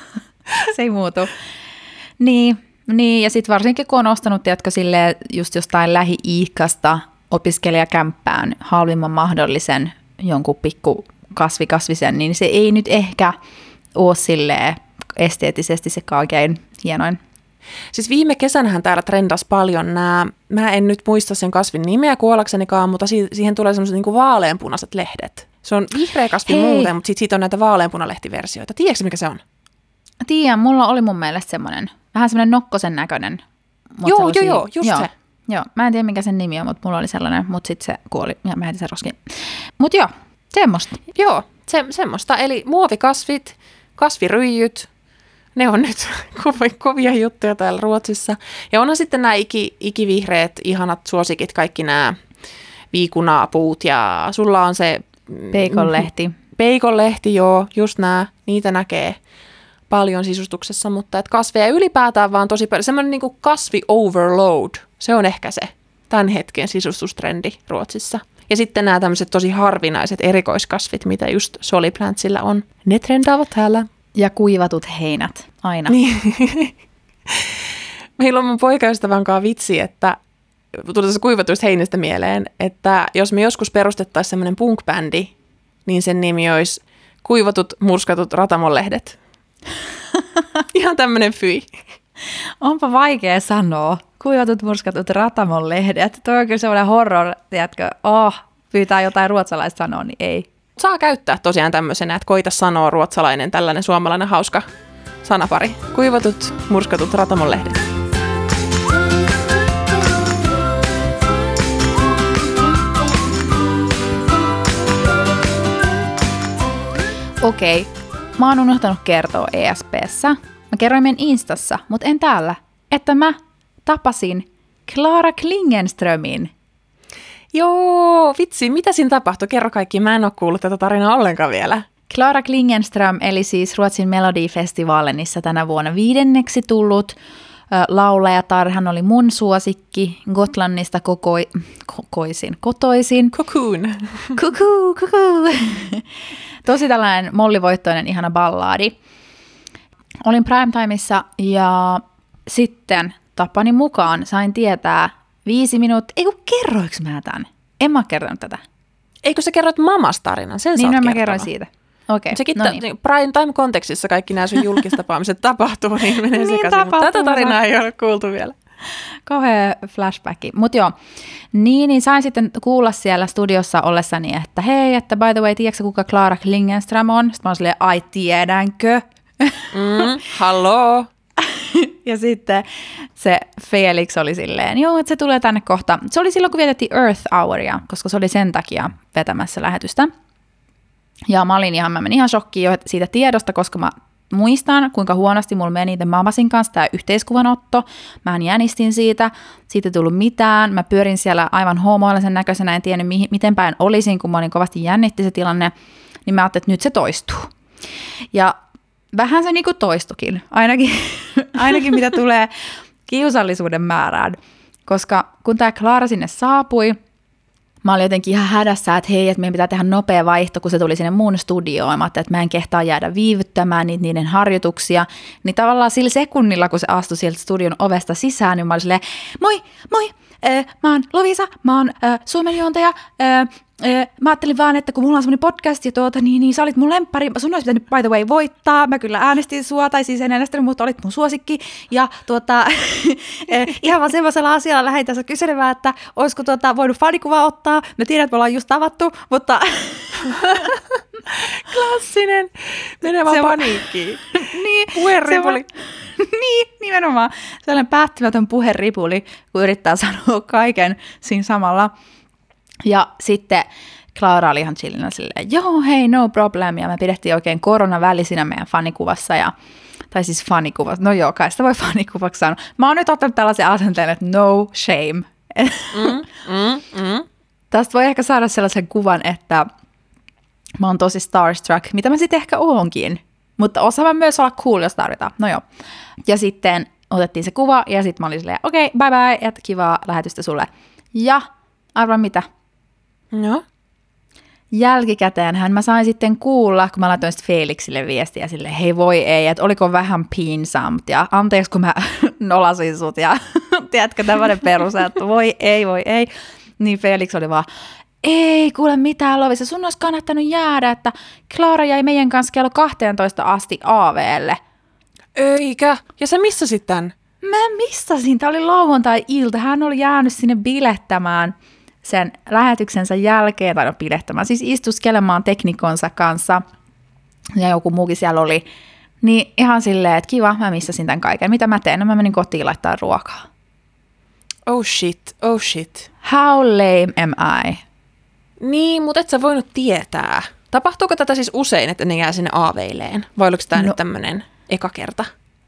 se ei muutu. Niin, niin ja sitten varsinkin kun on ostanut, tiedätkö, silleen just jostain lähi-iikasta opiskelijakämppään halvimman mahdollisen jonkun pikku kasvikasvisen, niin se ei nyt ehkä ole silleen esteettisesti se kaikkein hienoin. Siis viime kesänähän täällä trendasi paljon nämä, mä en nyt muista sen kasvin nimeä kuollaksenikaan, mutta siihen tulee sellaiset niinku vaaleanpunaiset lehdet. Se on vihreä kasvi Hei. muuten, mutta sit siitä on näitä vaaleanpunalehtiversioita. Tiedätkö mikä se on? Tiedän, mulla oli mun mielestä semmoinen, vähän semmoinen nokkosen näköinen. Joo, joo, joo, just joo, se. Joo, mä en tiedä mikä sen nimi on, mutta mulla oli sellainen, mutta sitten se kuoli ja mä heitin sen roskiin. Mutta joo, semmoista. Joo, se, semmoista. Eli muovikasvit, kasviryijyt, ne on nyt kovia juttuja täällä Ruotsissa. Ja onhan sitten nämä iki, ikivihreät, ihanat suosikit, kaikki nämä viikunapuut ja sulla on se peikonlehti. Peikonlehti, joo, just nämä, niitä näkee paljon sisustuksessa, mutta et kasveja ylipäätään vaan tosi paljon. Semmoinen niin kuin kasvi-overload, se on ehkä se tämän hetken sisustustrendi Ruotsissa. Ja sitten nämä tämmöiset tosi harvinaiset erikoiskasvit, mitä just Soliplantsilla on, ne trendaavat täällä. Ja kuivatut heinät, aina. Niin. Meillä on mun poikaystävän kanssa vitsi, että tuli tässä kuivatuista heinistä mieleen, että jos me joskus perustettaisiin semmoinen punk-bändi, niin sen nimi olisi Kuivatut, murskatut ratamonlehdet. Ihan tämmöinen fyi. Onpa vaikea sanoa. Kuivatut, murskatut ratamonlehdet. Tuo on kyllä semmoinen horror, tiedätkö, oh, pyytää jotain ruotsalaista sanoa, niin ei. Saa käyttää tosiaan tämmöisenä, että koita sanoa ruotsalainen, tällainen suomalainen hauska sanapari. Kuivatut, murskatut ratamonlehdet. Okei, mä oon unohtanut kertoa E S P:ssä. Mä kerroin meidän Instassa, mutta en täällä, että mä tapasin Klara Klingenströmin. Joo, vitsi, mitä siinä tapahtui? Kerro kaikki, mä en ole kuullut tätä tarinaa ollenkaan vielä. Klara Klingenström, eli siis Ruotsin Melodifestivaalenissa tänä vuonna viidenneksi tullut äh, laulajatar. Hän oli mun suosikki, Gotlannista kokoi, kokoisin, kotoisin. Cocoon. Kuku, kuku. Tosi tällainen mollivoittoinen, ihana ballaadi. Olin primetimeissa ja sitten tapani mukaan sain tietää viisi minuuttia. Ei kun kerroinko mä tämän? En mä ole kertonut tätä. Eikö sä kerroit mamas tarinan? Sen niin, sä oot no, mä kertonut. kerroin siitä. Okei, okay, no niin. Prime time-kontekstissa kaikki nämä sun julkistapaamiset tapahtuu, niin menee niin sekaisin. Mutta tätä tarinaa ei ole kuultu vielä. Kauhea flashbacki. Mutta joo, niin, niin sain sitten kuulla siellä studiossa ollessani, että hei, että by the way, tiedätkö kuka Klara Klingenström on? Sitten mä oon silleen, ai tiedänkö? Mm, halloo. Ja sitten se Felix oli silleen, joo, että se tulee tänne kohta. Se oli silloin, kun vietettiin Earth Houria, koska se oli sen takia vetämässä lähetystä. Ja mä olin ihan, mä menin ihan shokkiin jo siitä tiedosta, koska mä muistan, kuinka huonosti mulla meni The Mamasin kanssa tämä yhteiskuvanotto. Mähän jänistin siitä, siitä ei tullut mitään. Mä pyörin siellä aivan homoillisen näköisenä, en tiennyt mihin, miten päin olisin, kun mä olin kovasti jännitti se tilanne. Niin mä ajattelin, että nyt se toistuu. Ja vähän se niinku toistukin, ainakin, ainakin mitä tulee kiusallisuuden määrään. Koska kun tämä Klaara sinne saapui, mä olin jotenkin ihan hädässä, että hei, että meidän pitää tehdä nopea vaihto, kun se tuli sinne mun studioon. Mä ajattelin, että mä en kehtaa jäädä viivyttämään niitä, niiden harjoituksia. Niin tavallaan sillä sekunnilla, kun se astui sieltä studion ovesta sisään, niin mä olin silleen, moi, moi, äh, mä oon Lovisa, mä oon äh, suomenjuontaja. Äh, äh, mä ajattelin vaan, että kun mulla on semmoinen podcast ja tuota, niin, niin sä olit mun lemppari. Sun olisi pitänyt by the way voittaa. Mä kyllä äänestin sua, tai siis en äänestänyt, mutta olit mun suosikki. Ja tuota, äh, ihan vaan semmoisella asialla lähdin tässä kyselemään, että olisiko tuota, voinut fanikuvaa ottaa. Mä tiedän, että me ollaan just tavattu, mutta... Klassinen. Menee vaan paniikkiin. Niin. Puheripuli. Niin, nimenomaan. Sellainen päättymätön puheripuli, kun yrittää sanoa kaiken siinä samalla. Ja sitten Klaara oli ihan chillinä silleen, joo, hei, no problem. Ja me pidettiin oikein koronavälisinä meidän fanikuvassa. Ja, tai siis fanikuvassa, no joo, kai sitä voi fanikuvaksi sanoa. Mä oon nyt ottanut tällaisen asenteen, että no shame. Mm, mm, mm. Tästä voi ehkä saada sellaisen kuvan, että mä oon tosi starstruck, mitä mä sitten ehkä oonkin. Mutta osaan myös olla cool, jos tarvitaan. No joo. Ja sitten otettiin se kuva ja sitten mä olin silleen, okei, okay, bye bye, että kivaa lähetystä sulle. Ja arvaa mitä? No? Jälkikäteenhän mä sain sitten kuulla, kun mä laitoin sitten Felixille viestiä silleen, hei voi ei, että oliko vähän pinsamt ja anteeksi kun mä nolasin sut ja tiedätkö tämmöinen perus, että voi ei, voi ei. Niin Felix oli vaan, ei kuule mitään Lovisa, sun olisi kannattanut jäädä, että Klaara jäi meidän kanssa kello kahteentoista asti A V:lle. Eikä. Ja sä missasit tän? Mä missasin, tää oli lauantai-ilta, hän oli jäänyt sinne bilettämään sen lähetyksensä jälkeen, tai no bilettämään, siis istuskelemaan teknikonsa kanssa, ja joku muukin siellä oli. Niin ihan silleen, että kiva, mä missasin tän kaiken. Mitä mä teen? No mä menin kotiin laittaa ruokaa. Oh shit, oh shit. How lame am I? Niin, mutta et sä voinut tietää. Tapahtuuko tätä siis usein, että ne jää sinne aaveilleen? Vai oliko tämä no, nyt tämmöinen eka kerta?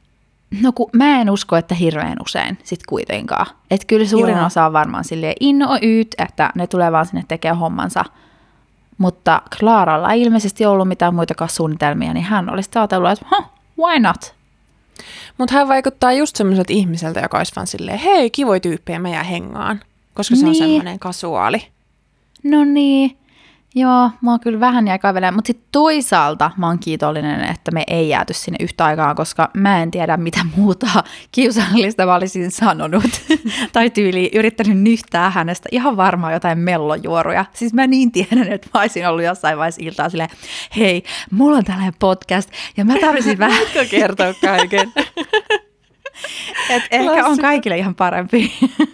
No kun mä en usko, että hirveän usein sit kuitenkaan. Että kyllä suurin Joo. osa on varmaan silleen innoyyt, että ne tulee vaan sinne tekemään hommansa. Mutta Klaaralla ei ilmeisesti ollut mitään muitakaan suunnitelmia, niin hän olisi ajatellut, että huh, why not? Mutta hän vaikuttaa just semmoiselta ihmiseltä, joka olisi vaan silleen, hei, kivoja tyyppejä, mä jää hengaan. Koska se niin. on semmoinen kasuaali. No niin, joo, mä oon kyllä vähän jäi kaivelemaan, mutta sitten toisaalta mä oon kiitollinen, että me ei jääty sinne yhtä aikaa, koska mä en tiedä mitä muuta kiusallista mä olisin sanonut. Tai tyyli yrittänyt nyhtää hänestä ihan varmaan jotain mellojuoruja. Siis mä niin tiedän, että mä olisin ollut jossain vaiheessa iltaa silleen, hei, mulla on tällainen podcast ja mä tarvitsin vähän. Voitko kertoa kaiken? Et ehkä on kaikille ihan parempi.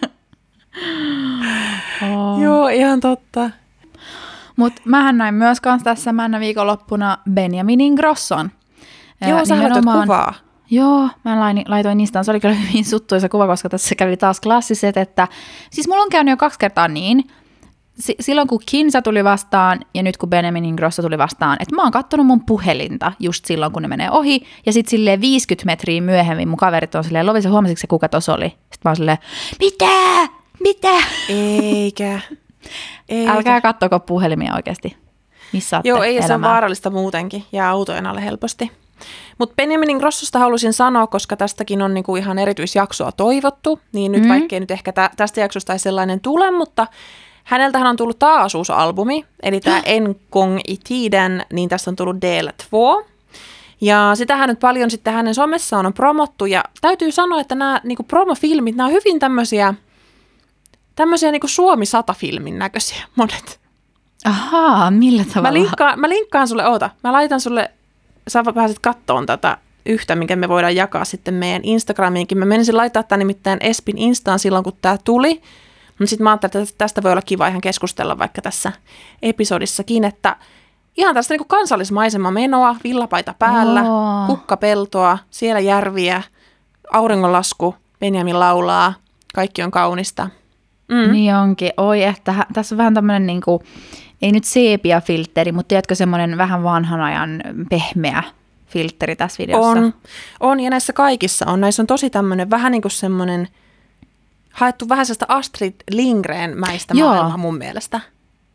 Oh. Joo, ihan totta. Mutta mähän näin myös kanssa tässä männä viikonloppuna Benjamin Ingrosson. Joo, sä laitat kuvaa. Joo, mä laitoin niistä. Se oli kyllä hyvin suttuisa kuva, koska tässä kävi taas klassiset, että siis mulla on käynyt jo kaksi kertaa niin, S- silloin kun Kinsa tuli vastaan ja nyt kun Benjamin Ingrosso tuli vastaan, että mä oon kattonut mun puhelinta just silloin, kun ne menee ohi, ja sitten silleen viisikymmentä metriä myöhemmin mun kaverit on silleen, Lovisa, huomasitko se kuka tossa oli? Sitten mä oon silleen, mitä? Mitä? Eikä. Eikä. Älkää kattoko puhelimia oikeasti. Missä Joo, ei elämää. Se on vaarallista muutenkin. Jää autojen alle helposti. Mutta Benjamin Ingrossosta halusin sanoa, koska tästäkin on niinku ihan erityisjaksoa toivottu, niin nyt mm. vaikkei nyt ehkä tä- tästä jaksosta ei sellainen tule, mutta häneltähän on tullut taas uusi albumi, eli tämä En Gång i Tiden, niin tästä on tullut del två. Ja sitähän nyt paljon sitten hänen somessaan on promottu, ja täytyy sanoa, että nämä niinku promofilmit, nämä on hyvin tämmöisiä, tämmöisiä niinku Suomi sata-filmin näköisiä monet. Ahaa, millä tavalla? Mä linkkaan, mä linkkaan sulle, oota, mä laitan sulle, sä pääset kattoon tätä yhtä, minkä me voidaan jakaa sitten meidän Instagramiinkin. Mä menisin laittaa tämän nimittäin Espin Instaan silloin, kun tää tuli. Mutta sitten mä ajattelin, että tästä voi olla kiva ihan keskustella vaikka tässä episodissakin, että ihan tästä niinku kansallismaisema menoa, villapaita päällä, oh. kukkapeltoa, siellä järviä, auringonlasku, Benjamin laulaa, kaikki on kaunista. Mm. Niin onkin. Oi, että tässä on vähän tämmöinen, niinku, ei nyt sepia-filtteri, mutta tiedätkö semmoinen vähän vanhan ajan pehmeä filtteri tässä videossa? On, on ja näissä kaikissa on. Näissä on tosi tämmöinen vähän niin kuin semmoinen, haettu vähän sellaista Astrid Lindgren-mäistä maailmaa mun mielestä.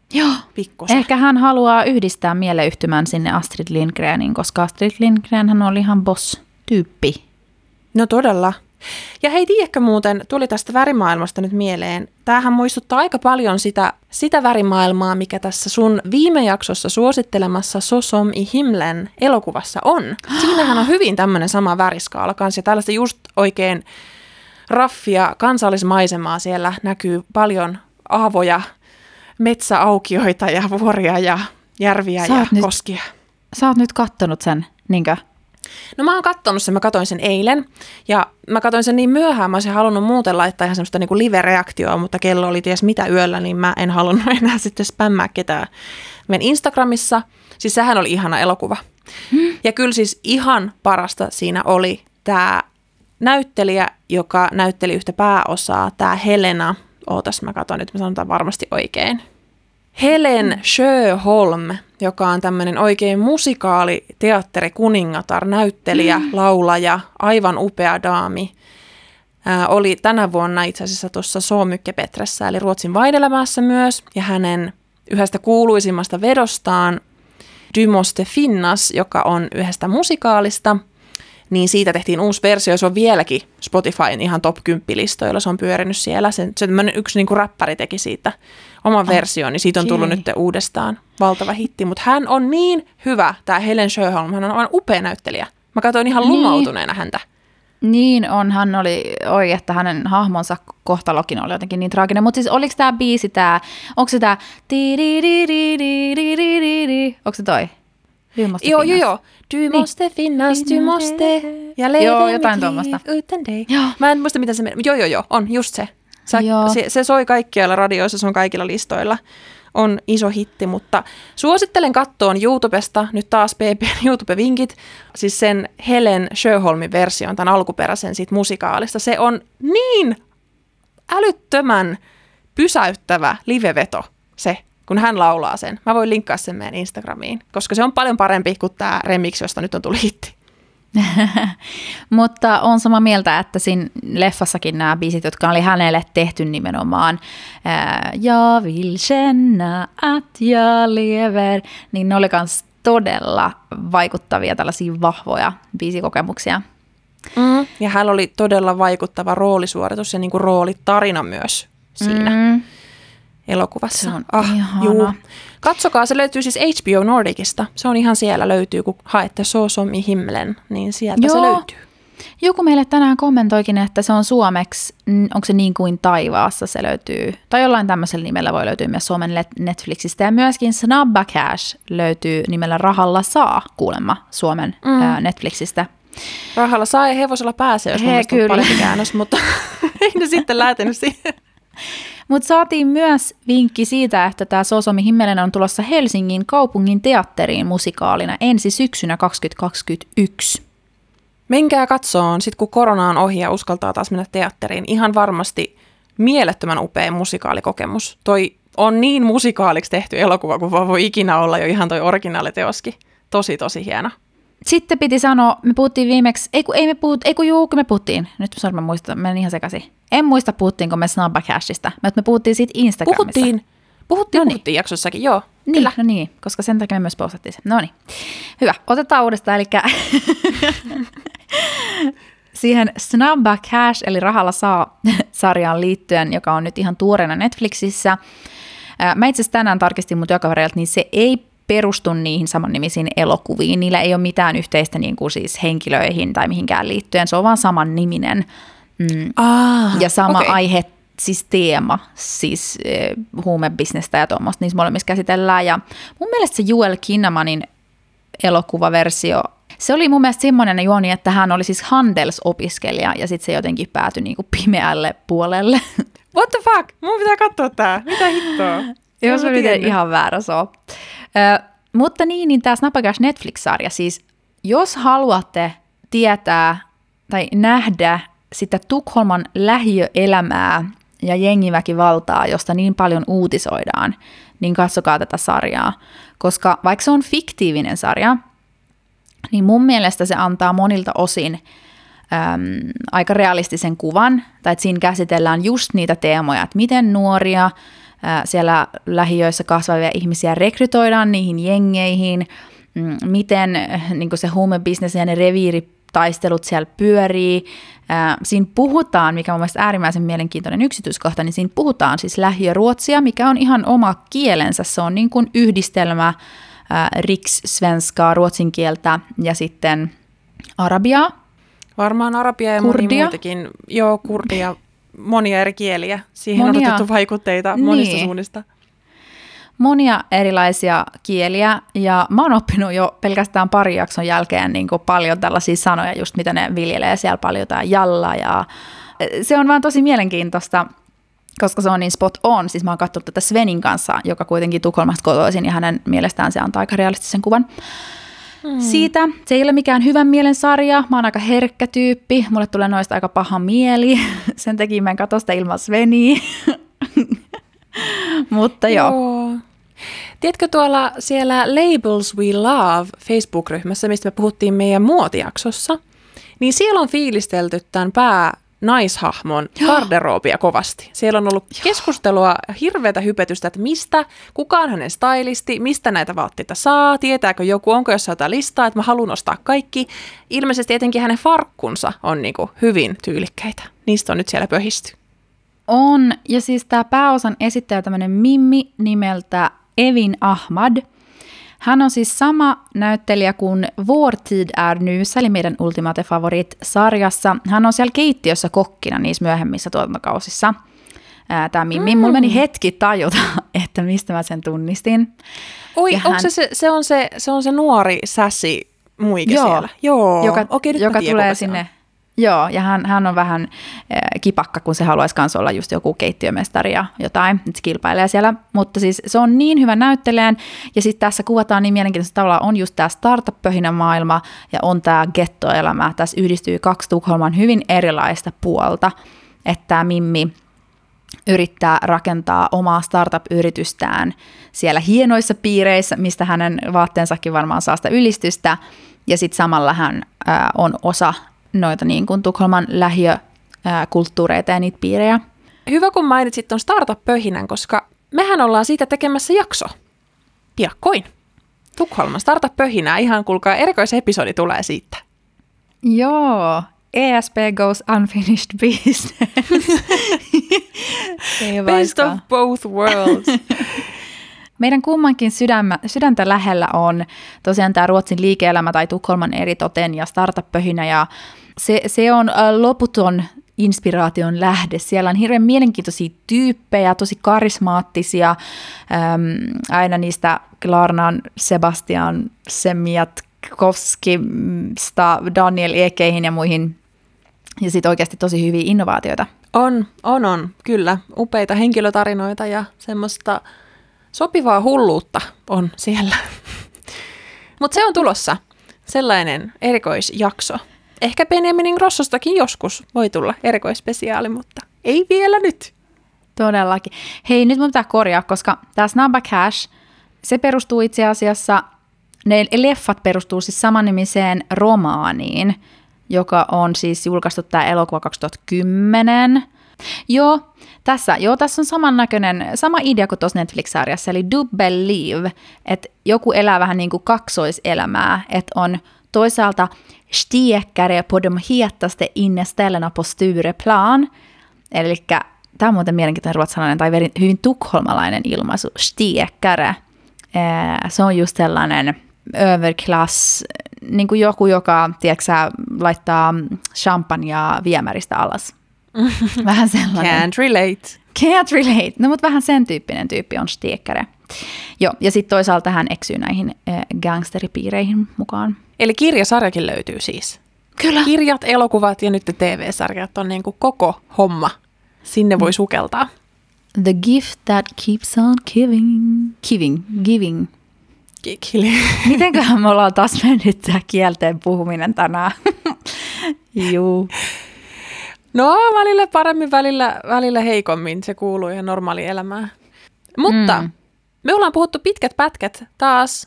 Joo. Pikkusen. Ehkä hän haluaa yhdistää mieleyhtymän sinne Astrid Lindgreniin, koska Astrid Lindgren hän oli ihan boss-tyyppi. No todella. Ja hei, tiedätkö muuten, tuli tästä värimaailmasta nyt mieleen. Tämähän muistuttaa aika paljon sitä, sitä värimaailmaa, mikä tässä sun viime jaksossa suosittelemassa So som i himlen elokuvassa on. Siinähän on hyvin tämmöinen sama väriskaala kanssa ja tällaista just oikein raffia kansallismaisemaa. Siellä näkyy paljon aavoja, metsäaukioita ja vuoria ja järviä Sä ja oot nyt- koskia. Sä oot nyt kattonut sen, niinkö? No mä oon kattonut sen, mä katoin sen eilen ja mä katoin sen niin myöhään, mä olisin halunnut muuten laittaa ihan semmoista niinku live-reaktioa, mutta kello oli ties mitä yöllä, niin mä en halunnut enää sitten spämmää ketään. Meidän Instagramissa, siis sehän oli ihana elokuva. Hmm. Ja kyllä siis ihan parasta siinä oli tämä näyttelijä, joka näytteli yhtä pääosaa, tämä Helena, ootas mä katon nyt, mä sanon tämän varmasti oikein. Helen Sjöholm, joka on tämmöinen oikein musikaali, teatterikuningatar, näyttelijä, mm. laulaja, aivan upea daami. Ää, oli tänä vuonna itse asiassa tuossa Så mycket bättressä, eli Ruotsin Vaidelämässä myös, ja hänen yhdestä kuuluisimmasta vedostaan Du måste finnas, joka on yhdestä musikaalista, niin siitä tehtiin uusi versio, se on vieläkin Spotifyn ihan top kymmenen listoilla, se on pyörinyt siellä. Se, se yksi niin kuin räppäri teki siitä oman oh, version, niin siitä on tullut okay. nyt uudestaan valtava hitti. Mutta hän on niin hyvä, tämä Helen Sjöholm, hän on aivan upea näyttelijä. Mä katsoin ihan niin. lumoutuneena häntä. Niin on, hän oli, oi, että hänen hahmonsa kohtalokin oli jotenkin niin traaginen. Mutta siis oliko tämä biisi tämä, onko se tämä, onko se toi? Joo, joo, joo. Du måste finnas, du måste. Ja leve joo, jotain tuommoista. Utan dig. Mä en muista, mitä se meni. Joo, joo, joo, on just se. Sä, se. Se soi kaikkialla radioissa, se on kaikilla listoilla. On iso hitti, mutta suosittelen kattoon YouTubesta, nyt taas P P:n YouTube-vinkit, siis sen Helen Sjöholmin version, tämän alkuperäisen siitä musikaalista. Se on niin älyttömän pysäyttävä liveveto se, kun hän laulaa sen. Mä voin linkkaa sen meidän Instagramiin, koska se on paljon parempi kuin tämä remix, josta nyt on tullut hitti. Mutta on sama mieltä, että siinä leffassakin nämä biisit, jotka oli hänelle tehty nimenomaan ää, Ja vill känna att jag lever, niin ne oli myös todella vaikuttavia, tällaisia vahvoja biisikokemuksia. Mm. Ja hän oli todella vaikuttava roolisuoritus ja niin kuin roolitarina myös siinä. Mm. Elokuvassa. Se on ah, ihana. Juu. Katsokaa, se löytyy siis H B O Nordicista. Se on ihan siellä löytyy, kun haette So som i himlen, niin sieltä Joo. se löytyy. Joku meille tänään kommentoikin, että se on suomeksi, onko se Niin kuin taivaassa se löytyy, tai jollain tämmöisellä nimellä voi löytyä myös Suomen Netflixistä, ja myöskin Snabba Cash löytyy nimellä Rahalla saa kuulemma Suomen mm. ää, Netflixistä. Rahalla saa ja hevosella pääsee, jos He, mun on parempi käännös, mutta ei ne sitten lähtenyt siihen. Mutta saatiin myös vinkki siitä, että tämä So som i himmelen on tulossa Helsingin kaupungin teatteriin musikaalina ensi syksynä kaksituhattakaksikymmentäyksi. Menkää katsoon, sit kun korona on ohi ja uskaltaa taas mennä teatteriin. Ihan varmasti mielettömän upea musikaalikokemus. Toi on niin musikaaliksi tehty elokuva, kuin vaan voi ikinä olla jo ihan toi originaaliteoskin. Tosi, tosi hieno. Sitten piti sanoa, me puhuttiin viimeksi, ei kun, ei me puhut, ei kun juu, kun me puhuttiin, nyt mä muistan, menen ihan sekaisin. En muista, puhuttiinko me Snabba Cashista, mutta me puhuttiin siitä Instagramissa. Puhuttiin, puhuttiin, Noniin. puhuttiin jaksossakin, joo. Niin, kyllä. No niin, koska sen takia me myös postattiin sen. No niin, hyvä, otetaan uudestaan, eli siihen Snabba Cash, eli Rahalla saa sarjaan liittyen, joka on nyt ihan tuoreena Netflixissä. Mä itse asiassa tänään tarkistin mun työkavereilta, niin se ei perustu niihin samannimisiin elokuviin. Niillä ei ole mitään yhteistä niin kuin siis henkilöihin tai mihinkään liittyen. Se on vaan saman niminen. Mm. Ah, ja sama okay. aihe, siis teema, siis eh, huumebisnestä ja tuommoista, niissä molemmissa käsitellään. Ja mun mielestä se Joel Kinnamanin elokuvaversio, se oli mun mielestä semmoinen juoni, että hän oli siis Handels-opiskelija ja sitten se jotenkin päätyi niin kuin pimeälle puolelle. What the fuck? Mun pitää katsoa tää. Mitä hittoa? Jos mä miten ihan väärä se on. Ö, mutta niin, niin tämä Snabba Cash Netflix-sarja, siis jos haluatte tietää tai nähdä sitä Tukholman lähiöelämää ja jengiväkivaltaa, josta niin paljon uutisoidaan, niin katsokaa tätä sarjaa. Koska vaikka se on fiktiivinen sarja, niin mun mielestä se antaa monilta osin äm, aika realistisen kuvan, tai että siinä käsitellään just niitä teemoja, että miten nuoria siellä lähiöissä kasvavia ihmisiä rekrytoidaan niihin jengeihin, miten niin kuin se huumebisnes ja ne reviiritaistelut siellä pyörii. Siinä puhutaan, mikä on mielestäni äärimmäisen mielenkiintoinen yksityiskohta, niin siinä puhutaan siis lähiöruotsia, mikä on ihan oma kielensä. Se on niin kuin yhdistelmä rikssvenskaa, ruotsin kieltä ja sitten arabiaa. Varmaan arabia ja kurdia. Monia muitakin. Joo, kurdia, monia eri kieliä. Siihen monia. on otettu vaikutteita niin. monista suunnista. Monia erilaisia kieliä, ja mä oon oppinut jo pelkästään pari jakson jälkeen niin kuin paljon tällaisia sanoja, just mitä ne viljelee siellä paljon, tai jalla, ja se on vaan tosi mielenkiintoista, koska se on niin spot on. Siis mä oon katsonut tätä Svenin kanssa, joka kuitenkin Tukholmasta kotoisin, ja hänen mielestään se antaa aika realistisen kuvan hmm. siitä. Se ei ole mikään hyvän mielen sarja, mä oon aika herkkä tyyppi, mulle tulee noista aika paha mieli, sen takia mä en katso sitä ilman Sveniä. Mutta joo. joo. Tiedätkö tuolla siellä Labels We Love Facebook-ryhmässä, mistä me puhuttiin meidän muotijaksossa, niin siellä on fiilistelty tämän päänaishahmon garderoobia kovasti. Siellä on ollut keskustelua, hirveätä hypetystä, että mistä, kuka on hänen stylisti, mistä näitä vaatteita saa, tietääkö joku, onko jossain jotain listaa, että mä haluan ostaa kaikki. Ilmeisesti etenkin hänen farkkunsa on niin kuin hyvin tyylikkäitä. Niistä on nyt siellä pöhisty. On, ja siis tämä pääosan esittäjä tämmöinen Mimmi nimeltä Evin Ahmad. Hän on siis sama näyttelijä kuin Vår tid är nu, eli meidän Ultimate Favorit-sarjassa. Hän on siellä keittiössä kokkina niissä myöhemmissä tuotantokausissa. Tämä Mimmi, mm. mulla meni hetki tajuta, että mistä mä sen tunnistin. Oi, ja onko hän... se, se, se, on se, se on se nuori sässi muike Joo, siellä? Joo, joka, okei, nyt joka tiedän, tulee sinne. Joo, ja hän, hän on vähän äh, kipakka, kun se haluaisi kanssa olla just joku keittiömestari ja jotain, että se kilpailee siellä. Mutta siis se on niin hyvä näyttelijän, ja sitten tässä kuvataan niin mielenkiintoista tavalla, on just tämä startup-pöhinä maailma, ja on tämä gettoelämä. Tässä yhdistyy kaksi Tukholman hyvin erilaista puolta, että tämä Mimmi yrittää rakentaa omaa startup-yritystään siellä hienoissa piireissä, mistä hänen vaatteensakin varmaan saa sitä ylistystä, ja sitten samalla hän äh, on osa noita niin kuin Tukholman lähiökulttuureita ja niitä piirejä. Hyvä, kun mainitsit tuon startup-pöhinän, koska mehän ollaan siitä tekemässä jakso. Piakkoin. Tukholman startup-pöhinää. Ihan kuulkaa, erikoisepisodi tulee siitä. Joo. E S P goes unfinished business. Best of both worlds. Meidän kummankin sydämä, sydäntä lähellä on tosiaan tämä Ruotsin liike-elämä tai Tukholman eritoten ja startup-pöhinä, ja se, se on loputon inspiraation lähde. Siellä on hirveän mielenkiintoisia tyyppejä, tosi karismaattisia, äm, aina niistä Klarnan, Sebastian, Semjatkovskista, Daniel Ekeihin ja muihin, ja sitten oikeasti tosi hyviä innovaatioita. On, on, on, kyllä. Upeita henkilötarinoita ja semmoista sopivaa hulluutta on siellä. Mutta se on tulossa, sellainen erikoisjakso. Ehkä Benjamin Grossostakin joskus voi tulla erikoispesiaali, mutta ei vielä nyt. Todellakin. Hei, nyt mun pitää korjaa, koska tämä Snabba Cash, se perustuu itse asiassa, ne leffat perustuu siis samanimiseen romaaniin, joka on siis julkaistu tämä elokuva kaksituhattakymmenen. Joo, tässä, joo, tässä on samannäköinen, sama idea kuin tuossa Netflix-sarjassa, eli Double Live, että joku elää vähän niin kuin kaksoiselämää, että on toisaalta stiekare på de hetaste inneställena på Stureplan, eli tämä on muuten mielenkiintoinen ruotsalainen tai hyvin tukholmalainen ilmaisu, stiekare. Se on just sellainen överklass, niin kuin joku, joka, tiedätkö sä, laittaa champagnea viemäristä alas. Vähän sellainen. Can't relate. Can't relate. No, mutta vähän sen tyyppinen tyyppi on stiekare. Joo, ja sitten toisaalta hän eksyy näihin äh, gangsteripiireihin mukaan. Eli kirjasarjakin löytyy siis. Kyllä. Kirjat, elokuvat ja nyt T V-sarjat on niin kuin koko homma. Sinne voi sukeltaa. The gift that keeps on giving. Giving. Giving. Kikili. Mitenköhän me ollaan taas mennyt tämä kielteen puhuminen tänään? Juu. No, välillä paremmin, välillä, välillä heikommin. Se kuuluu ihan normaaliin elämään. Mutta mm. me ollaan puhuttu pitkät pätkät taas.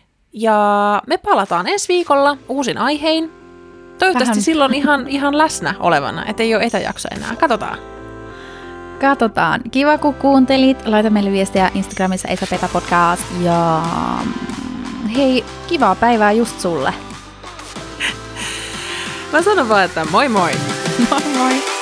Ja me palataan ensi viikolla uusin aihein. Toivottavasti Vähän. silloin ihan, ihan läsnä olevana, ettei ole etäjakso enää. Katsotaan. Katsotaan. Kiva, kun kuuntelit. Laita meille viestiä Instagramissa Esa Peta Podcast. Ja hei, kivaa päivää just sulle. Mä sanon vaan, että moi moi. Moi moi.